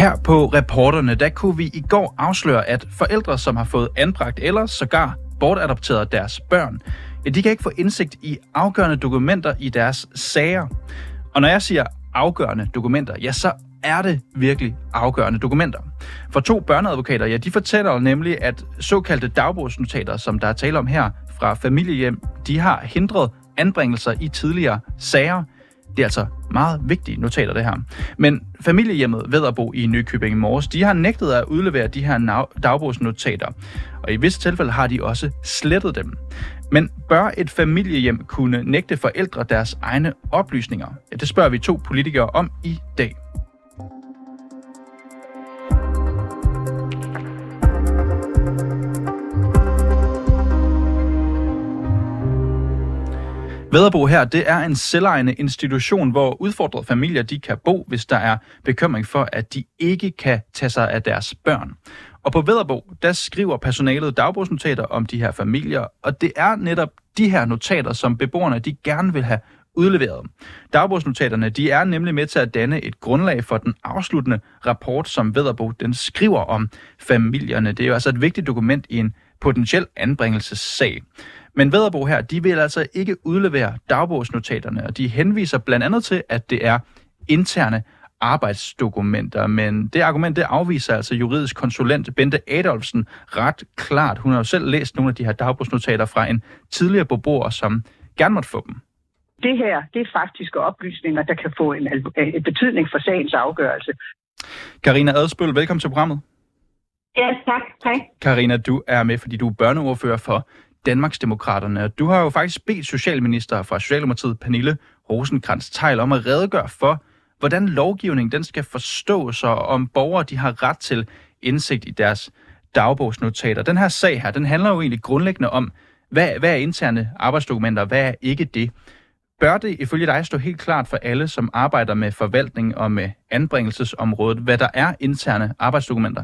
Her på Reporterne, der kunne vi i går afsløre, at forældre, som har fået anbragt eller sågar bortadopteret deres børn, de kan ikke få indsigt i afgørende dokumenter i deres sager. Og når jeg siger afgørende dokumenter, ja, så er det virkelig afgørende dokumenter. For 2 børneadvokater, ja, de fortæller nemlig, at såkaldte dagbogsnotater, som der er tale om her fra familiehjem, de har hindret anbringelser i tidligere sager. Det er altså meget vigtige notater, det her. Men familiehjemmet Vædderbo i Nykøbing Mors, de har nægtet at udlevere de her dagbogsnotater. Og i visse tilfælde har de også slettet dem. Men bør et familiehjem kunne nægte forældre deres egne oplysninger? Ja, det spørger vi 2 politikere om i dag. Vædderbo her, det er en selvejende institution, hvor udfordrede familier de kan bo, hvis der er bekymring for, at de ikke kan tage sig af deres børn. Og på Vædderbo, der skriver personalet dagbogsnotater om de her familier, og det er netop de her notater, som beboerne de gerne vil have udleveret. Dagbogsnotaterne de er nemlig med til at danne et grundlag for den afsluttende rapport, som Vædderbo den skriver om familierne. Det er jo altså et vigtigt dokument i en potentiel anbringelsessag. Men Vædderbo her, de vil altså ikke udlevere dagbogsnotaterne, og de henviser blandt andet til, at det er interne arbejdsdokumenter. Men det argument, det afviser altså juridisk konsulent Bente Adolfsen ret klart. Hun har jo selv læst nogle af de her dagbogsnotater fra en tidligere beboer, som gerne måtte få dem. Det her, det er faktiske oplysninger, der kan få en betydning for sagens afgørelse. Karina Adsbøl, velkommen til programmet. Ja, tak. Hej. Karina, du er med, fordi du er børneordfører for Danmarksdemokraterne. Du har jo faktisk bedt socialminister fra Socialdemokratiet, Pernille Rosenkrantz-Theil, om at redegøre for, hvordan lovgivningen den skal forstås, og om borgere de har ret til indsigt i deres dagbogsnotater. Den her sag her, den handler jo egentlig grundlæggende om, hvad er interne arbejdsdokumenter, hvad er ikke det? Bør det ifølge dig stå helt klart for alle, som arbejder med forvaltning og med anbringelsesområdet, hvad der er interne arbejdsdokumenter?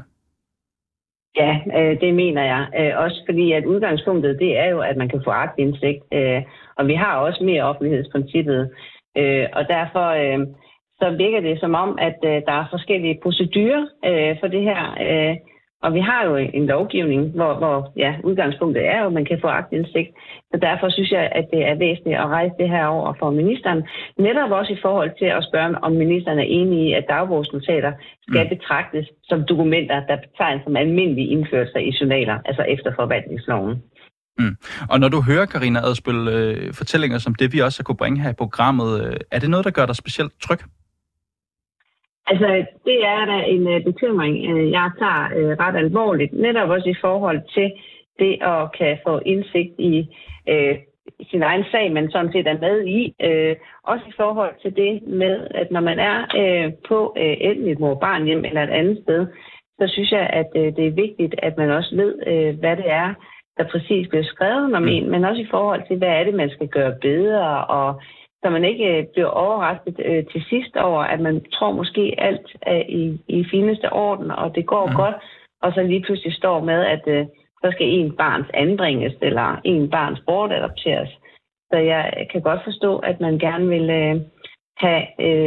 Ja, det mener jeg. Også fordi, at udgangspunktet, det er jo, at man kan få aktindsigt. Og vi har også mere offentlighedsprincippet. Og derfor så virker det som om, at der er forskellige procedurer for det her. Og vi har jo en lovgivning, hvor udgangspunktet er jo, at man kan få aktindsigt. Så derfor synes jeg, at det er væsentligt at rejse det her over for ministeren. Netop også i forhold til at spørge, om ministeren er enig i, at dagbogsnotater skal betragtes som dokumenter, der betegnes som almindelige indførelser i journaler, altså efter forvaltningsloven. Og når du hører, Karina Adsbøl, fortællinger som det, vi også har kunne bringe her i programmet, er det noget, der gør dig specielt tryg? Altså, det er da en bekymring, jeg tager ret alvorligt. Netop også i forhold til det at kan få indsigt i sin egen sag, men sådan set er med i. Også i forhold til det med, at når man er på enten et mor-barn-hjem eller et andet sted, så synes jeg, at det er vigtigt, at man også ved, hvad det er, der præcis bliver skrevet om en, men også i forhold til, hvad er det, man skal gøre bedre, og så man ikke bliver overrasket til sidst over, at man tror måske alt er i fineste orden, og det går godt, og så lige pludselig står med, at så skal en barns anbringes, eller en barns bortadopteres. Så jeg kan godt forstå, at man gerne vil have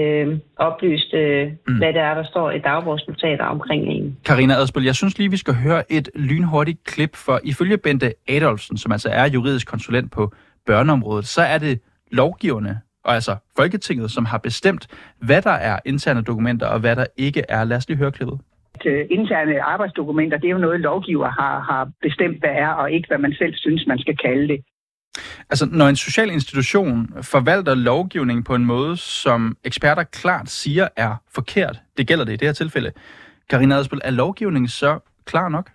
oplyst, hvad det er, der står i dagbogsnotater omkring en. Karina Adsbøl, jeg synes lige, vi skal høre et lynhurtigt klip, for ifølge Bente Adolfsen, som altså er juridisk konsulent på børneområdet, så er det lovgiverne, og altså Folketinget, som har bestemt, hvad der er interne dokumenter, og hvad der ikke er. Lad os lige høre klippet. Interne arbejdsdokumenter, det er jo noget, lovgiver har bestemt, hvad er, og ikke hvad man selv synes, man skal kalde det. Altså, når en social institution forvalter lovgivning på en måde, som eksperter klart siger er forkert, det gælder det i det her tilfælde. Karina Adsbøl, er lovgivningen så klar nok?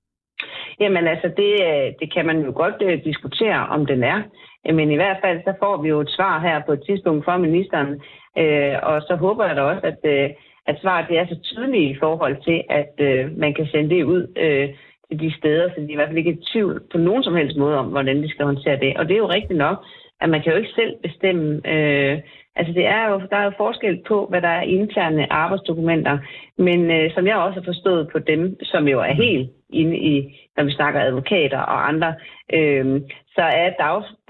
Jamen altså, det kan man jo godt diskutere, om den er. Men i hvert fald, så får vi jo et svar her på et tidspunkt fra ministeren. Og så håber jeg da også, at svaret det er så tydeligt i forhold til, at man kan sende det ud til de steder, så de i hvert fald ikke er i tvivl på nogen som helst måde om, hvordan de skal håndtere det. Og det er jo rigtigt nok, at man kan jo ikke selv bestemme. Altså der er jo forskel på, hvad der er interne arbejdsdokumenter. Men som jeg også har forstået på dem, som jo er helt inde i, når vi snakker advokater og andre, så er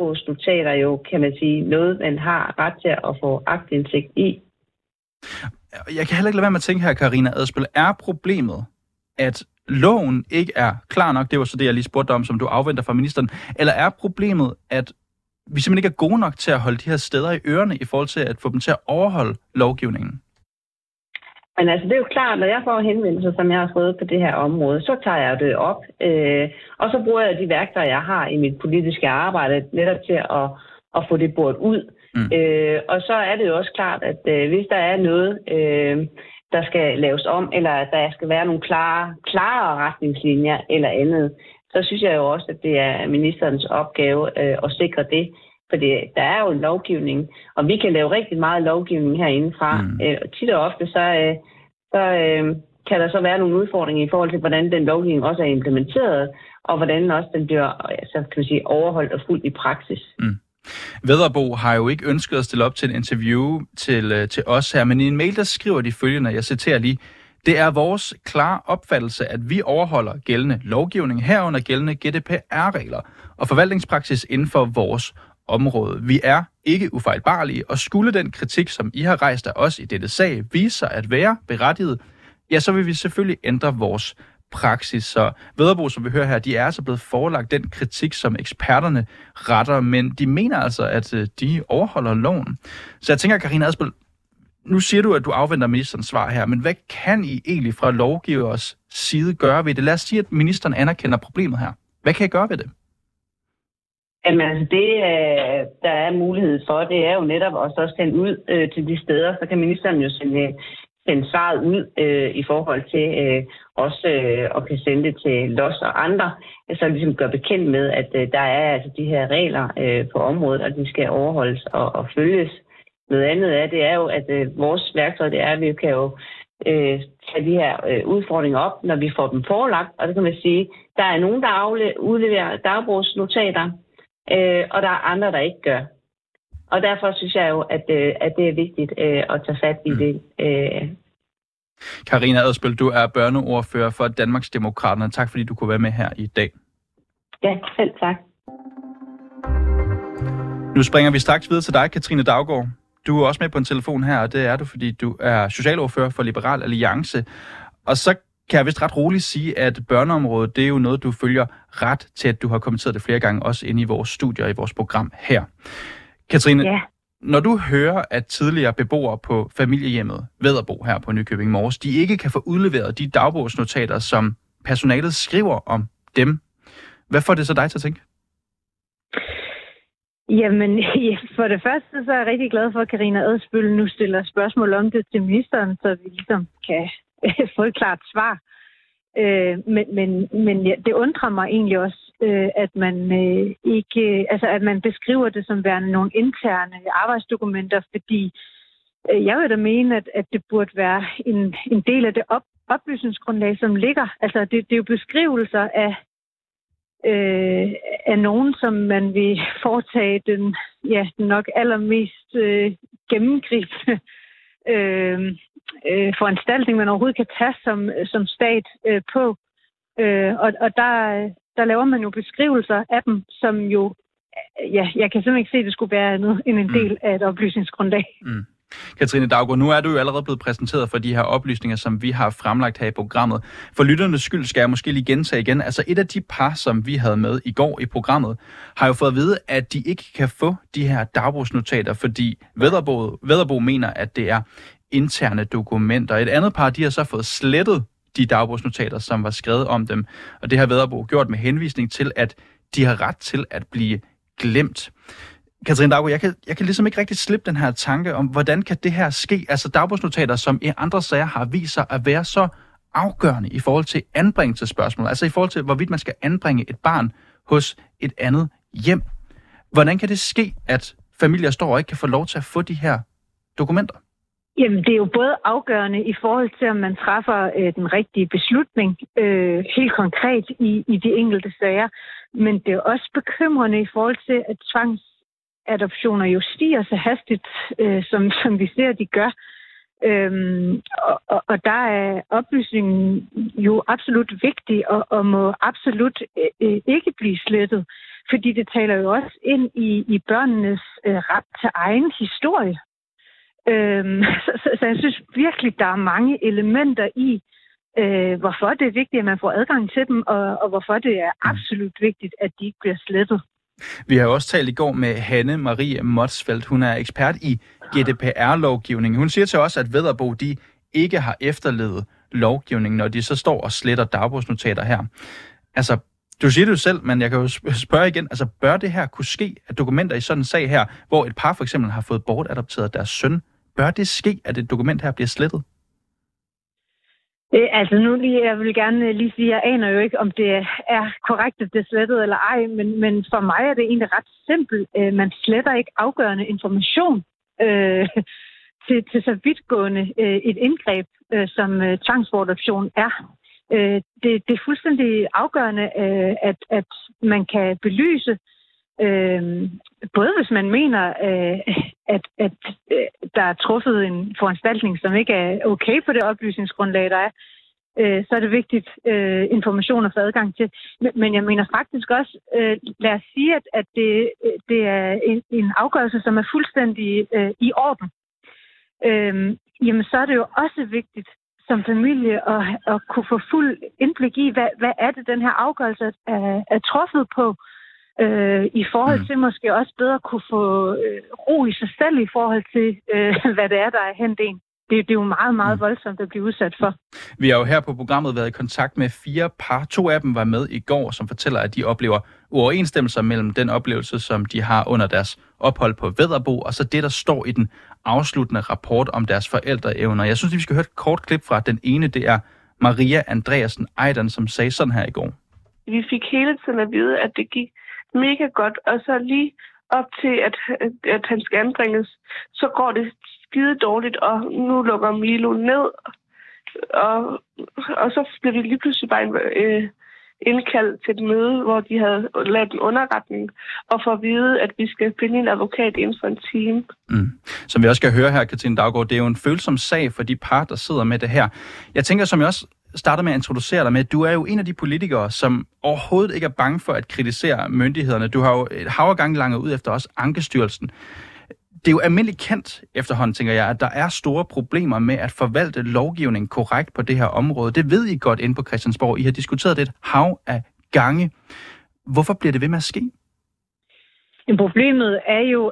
dagbogsnotater jo, kan man sige, noget, man har ret til at få aktindsigt i. jeg kan heller ikke lade være med at tænke her, Karina Adsbøl, er problemet, at loven ikke er klar nok, det var så det, jeg lige spurgte om, som du afventer fra ministeren, eller er problemet, at vi simpelthen ikke er gode nok til at holde de her steder i ørerne, i forhold til at få dem til at overholde lovgivningen? Men altså, det er jo klart, når jeg får henvendelser, som jeg har fået på det her område, så tager jeg det op, og så bruger jeg de værktøjer, jeg har i mit politiske arbejde, netop til at få det boret ud. Og så er det jo også klart, at hvis der er noget, der skal laves om, eller at der skal være nogle klare retningslinjer eller andet, så synes jeg jo også, at det er ministerens opgave at sikre det. For der er jo en lovgivning, og vi kan lave rigtig meget lovgivning herindefra. Tit og ofte, så kan der så være nogle udfordringer i forhold til, hvordan den lovgivning også er implementeret, og hvordan også den bliver overholdt og fuldt i praksis. Vædderbo har jo ikke ønsket at stille op til en interview til os her, men i en mail, der skriver de følgende, jeg citerer lige: "Det er vores klare opfattelse, at vi overholder gældende lovgivning, herunder gældende GDPR-regler og forvaltningspraksis inden for vores område. Vi er ikke ufejlbarlige, og skulle den kritik, som I har rejst af os i dette sag, vise sig at være berettiget, ja, så vil vi selvfølgelig ændre vores praksis." Så Vædderbo, som vi hører her, de er altså blevet forelagt den kritik, som eksperterne retter, men de mener altså, at de overholder loven. Så jeg tænker, Karina Adsbøl, nu siger du, at du afventer ministerens svar her, men hvad kan I egentlig fra lovgivers side gøre ved det? Lad os sige, at ministeren anerkender problemet her. Hvad kan I gøre ved det? Jamen altså det, der er mulighed for, det er jo netop også at sende ud til de steder, så kan ministeren jo sende svaret ud i forhold til også at kan sende det til LOS og andre, så ligesom gør bekendt med, at der er altså de her regler på området, og de skal overholdes og følges. Noget andet af det er jo, at vores værktøj, det er, at vi kan jo tage de her udfordringer op, når vi får dem forelagt, og det kan man sige, der er nogen, der udleverer dagbrugsnotater, og der er andre, der ikke gør. Og derfor synes jeg jo, at det er vigtigt at tage fat i det. Karina Adsbøl, du er børneordfører for Danmarksdemokraterne. Tak fordi du kunne være med her i dag. Ja, selv tak. Nu springer vi straks videre til dig, Katrine Daugaard. Du er også med på en telefon her, og det er du, fordi du er socialordfører for Liberal Alliance. Og så kan jeg vist ret roligt sige, at børneområdet, det er jo noget, du følger ret til, at du har kommenteret det flere gange, også inde i vores studier, i vores program her. Katrine, når du hører, at tidligere beboere på familiehjemmet Vædderbo her på Nykøbing Mors, de ikke kan få udleveret de dagbogsnotater, som personalet skriver om dem, hvad får det så dig til at tænke? Jamen, for det første, så er jeg rigtig glad for, at Karina Adsbøl nu stiller spørgsmål om det til ministeren, så vi ligesom kan få et klart svar. Men det undrer mig egentlig også, at man at man beskriver det som værende nogle interne arbejdsdokumenter, fordi jeg vil da mene, at det burde være en del af det oplysningsgrundlag, som ligger. Altså, det er jo beskrivelser af nogen, som man vil foretage den nok allermest gennemgribende foranstaltning, man overhovedet kan tage som stat på. Og der laver man jo beskrivelser af dem, som jo, jeg kan simpelthen ikke se, at det skulle være andet end en del af et oplysningsgrundlag. Katrine Daugaard, nu er du jo allerede blevet præsenteret for de her oplysninger, som vi har fremlagt her i programmet. For lytternes skyld skal jeg måske lige gentage igen. Altså et af de par, som vi havde med i går i programmet, har jo fået at vide, at de ikke kan få de her dagbogsnotater, fordi Vædderbo mener, at det er interne dokumenter. Et andet par, de har så fået slettet de dagbogsnotater, som var skrevet om dem. Og det har Vædderbo gjort med henvisning til, at de har ret til at blive glemt. Katrine Daugaard, jeg kan ligesom ikke rigtig slippe den her tanke om, hvordan kan det her ske? Altså dagbogsnotater, som i andre sager har vist sig at være så afgørende i forhold til anbringelsesspørgsmål, altså i forhold til, hvorvidt man skal anbringe et barn hos et andet hjem. Hvordan kan det ske, at familier står og ikke kan få lov til at få de her dokumenter? Jamen, det er jo både afgørende i forhold til, om man træffer den rigtige beslutning, helt konkret i de enkelte sager, men det er også bekymrende i forhold til, at tvangsadoptioner jo stiger så hastigt, som vi ser, de gør. Og der er oplysningen jo absolut vigtig og må absolut ikke blive slettet, fordi det taler jo også ind i børnenes ret til egen historie. Så jeg synes virkelig, der er mange elementer i, hvorfor det er vigtigt, at man får adgang til dem, og hvorfor det er absolut vigtigt, at de ikke bliver slettet. Vi har jo også talt i går med Hanne Marie Motsfeldt. Hun er ekspert i GDPR-lovgivning. Hun siger til os, at Vædderbo, de ikke har efterlevet lovgivningen, når de så står og sletter dagbogsnotater her. Altså, du siger det jo selv, men jeg kan jo spørge igen. Altså, bør det her kunne ske, at dokumenter i sådan en sag her, hvor et par for eksempel har fået bortadopteret deres søn, bør det ske, at et dokument her bliver slettet? Altså nu jeg vil gerne lige sige, jeg aner jo ikke, om det er korrekt, at det er slettet eller ej, men for mig er det egentlig ret simpelt. Man sletter ikke afgørende information til så vidtgående et indgreb, som tvangsbortadoption er. Det er fuldstændig afgørende, at man kan belyse, både hvis man mener, at der er truffet en foranstaltning, som ikke er okay på det oplysningsgrundlag, der er, så er det vigtigt information at få adgang til. Men jeg mener faktisk også, lad os sige, at det er en afgørelse, som er fuldstændig i orden. Jamen så er det jo også vigtigt som familie at kunne få fuld indblik i, hvad er det, den her afgørelse er truffet på, i forhold til måske også bedre kunne få ro i sig selv i forhold til, hvad det er, der er hent en. Det er jo meget, meget voldsomt at blive udsat for. Vi har jo her på programmet været i kontakt med 4 par. 2 af dem var med i går, som fortæller, at de oplever uoverensstemmelser mellem den oplevelse, som de har under deres ophold på Vædderbo, og så det, der står i den afsluttende rapport om deres forældreevner. Jeg synes, vi skal høre et kort klip fra den ene. Det er Maria Andreasen Ejdan, som sagde sådan her i går. Vi fik hele tiden at vide, at det gik mega godt, og så lige op til, at han skal anbringes, så går det skide dårligt, og nu lukker Milo ned, og så blev vi lige pludselig bare indkaldt til et møde, hvor de havde lavet en underretning, og får at vide, at vi skal finde en advokat inden for en time. Som vi også skal høre her, Katrine Daugaard, det er jo en følsom sag for de par, der sidder med det her. Jeg tænker, som jeg også starter med at introducere dig med, du er jo en af de politikere, som overhovedet ikke er bange for at kritisere myndighederne. Du har jo et hav af gange langet ud efter også Ankestyrelsen. Det er jo almindeligt kendt efterhånden, tænker jeg, at der er store problemer med at forvalte lovgivning korrekt på det her område. Det ved I godt inde på Christiansborg. I har diskuteret det et hav af gange. Hvorfor bliver det ved med at ske? Problemet er jo,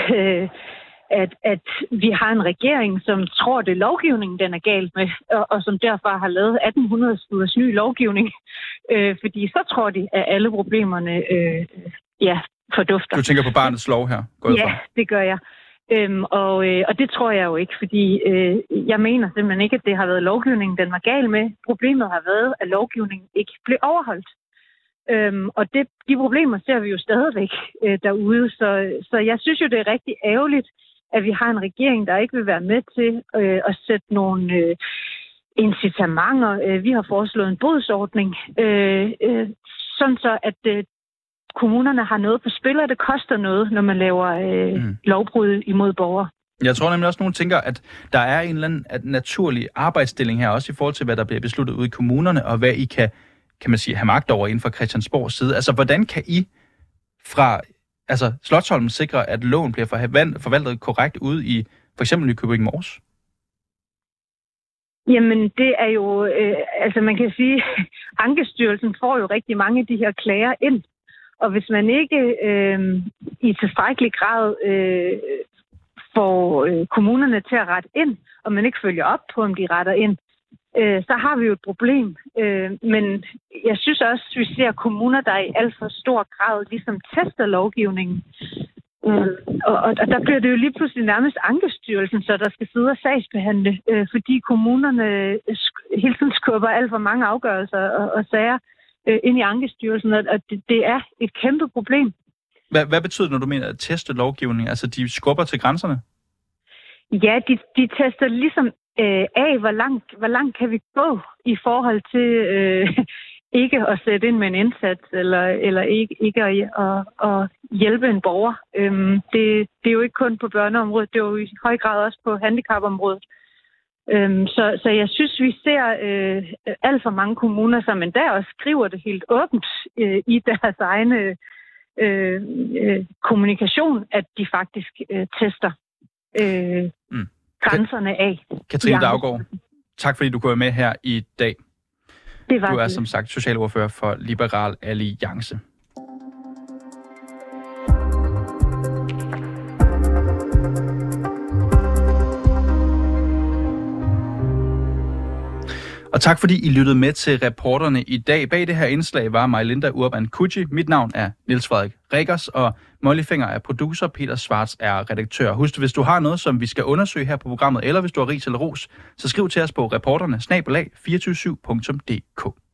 at vi har en regering, som tror, det er lovgivningen, den er galt med, og som derfor har lavet 1800 siders ny lovgivning. Fordi så tror de, at alle problemerne fordufter. Du tænker på barnets lov her? Ja, det gør jeg. Og det tror jeg jo ikke, fordi jeg mener simpelthen ikke, at det har været lovgivningen, den var gal med. Problemet har været, at lovgivningen ikke blev overholdt. Og de problemer ser vi jo stadigvæk derude. Så jeg synes jo, det er rigtig ærgerligt, at vi har en regering, der ikke vil være med til at sætte nogle incitamenter. Vi har foreslået en bodsordning, sådan så at kommunerne har noget på spil, og det koster noget, når man laver lovbrud imod borgere. Jeg tror nemlig også, at nogen tænker, at der er en eller anden naturlig arbejdsdeling her, også i forhold til, hvad der bliver besluttet ude i kommunerne, og hvad I kan man sige, have magt over inden for Christiansborgs side. Altså, hvordan kan I fra Slotsholmen sikre, at loven bliver forvaltet korrekt ude i for eksempel Nykøbing Mors? Jamen, det er jo, man kan sige, Ankestyrelsen får jo rigtig mange af de her klager ind. Og hvis man ikke i tilstrækkelig grad får kommunerne til at rette ind, og man ikke følger op på, om de retter ind, så har vi jo et problem. Men jeg synes også, at vi ser kommuner, der i alt for stor grad ligesom tester lovgivningen. Og der bliver det jo lige pludselig nærmest Ankestyrelsen, så der skal sidde og sagsbehandle, fordi kommunerne hele tiden skubber alt for mange afgørelser og sager ind i Ankestyrelsen, og det er et kæmpe problem. Hvad betyder det, når du mener at teste lovgivning? Altså, de skubber til grænserne? Ja, de tester ligesom af, hvor langt kan vi gå i forhold til ikke at sætte ind med en indsats, eller ikke at hjælpe en borger. Det er jo ikke kun på børneområdet, det er jo i høj grad også på handicapområdet. Så jeg synes, vi ser alt for mange kommuner, som endda også skriver det helt åbent i deres egne kommunikation, at de faktisk tester. grænserne af. Katrine Daugaard, tak fordi du kunne være med her i dag. Det var du er som sagt socialordfører for Liberal Alliance. Og tak fordi I lyttede med til reporterne i dag. Bag det her indslag var Majlinda Urban Kucci. Mit navn er Niels Frederik Riggers, og Molly Finger er producer, Peter Schwartz er redaktør. Husk, hvis du har noget, som vi skal undersøge her på programmet, eller hvis du har ris eller ros, så skriv til os på reporterne @247.dk.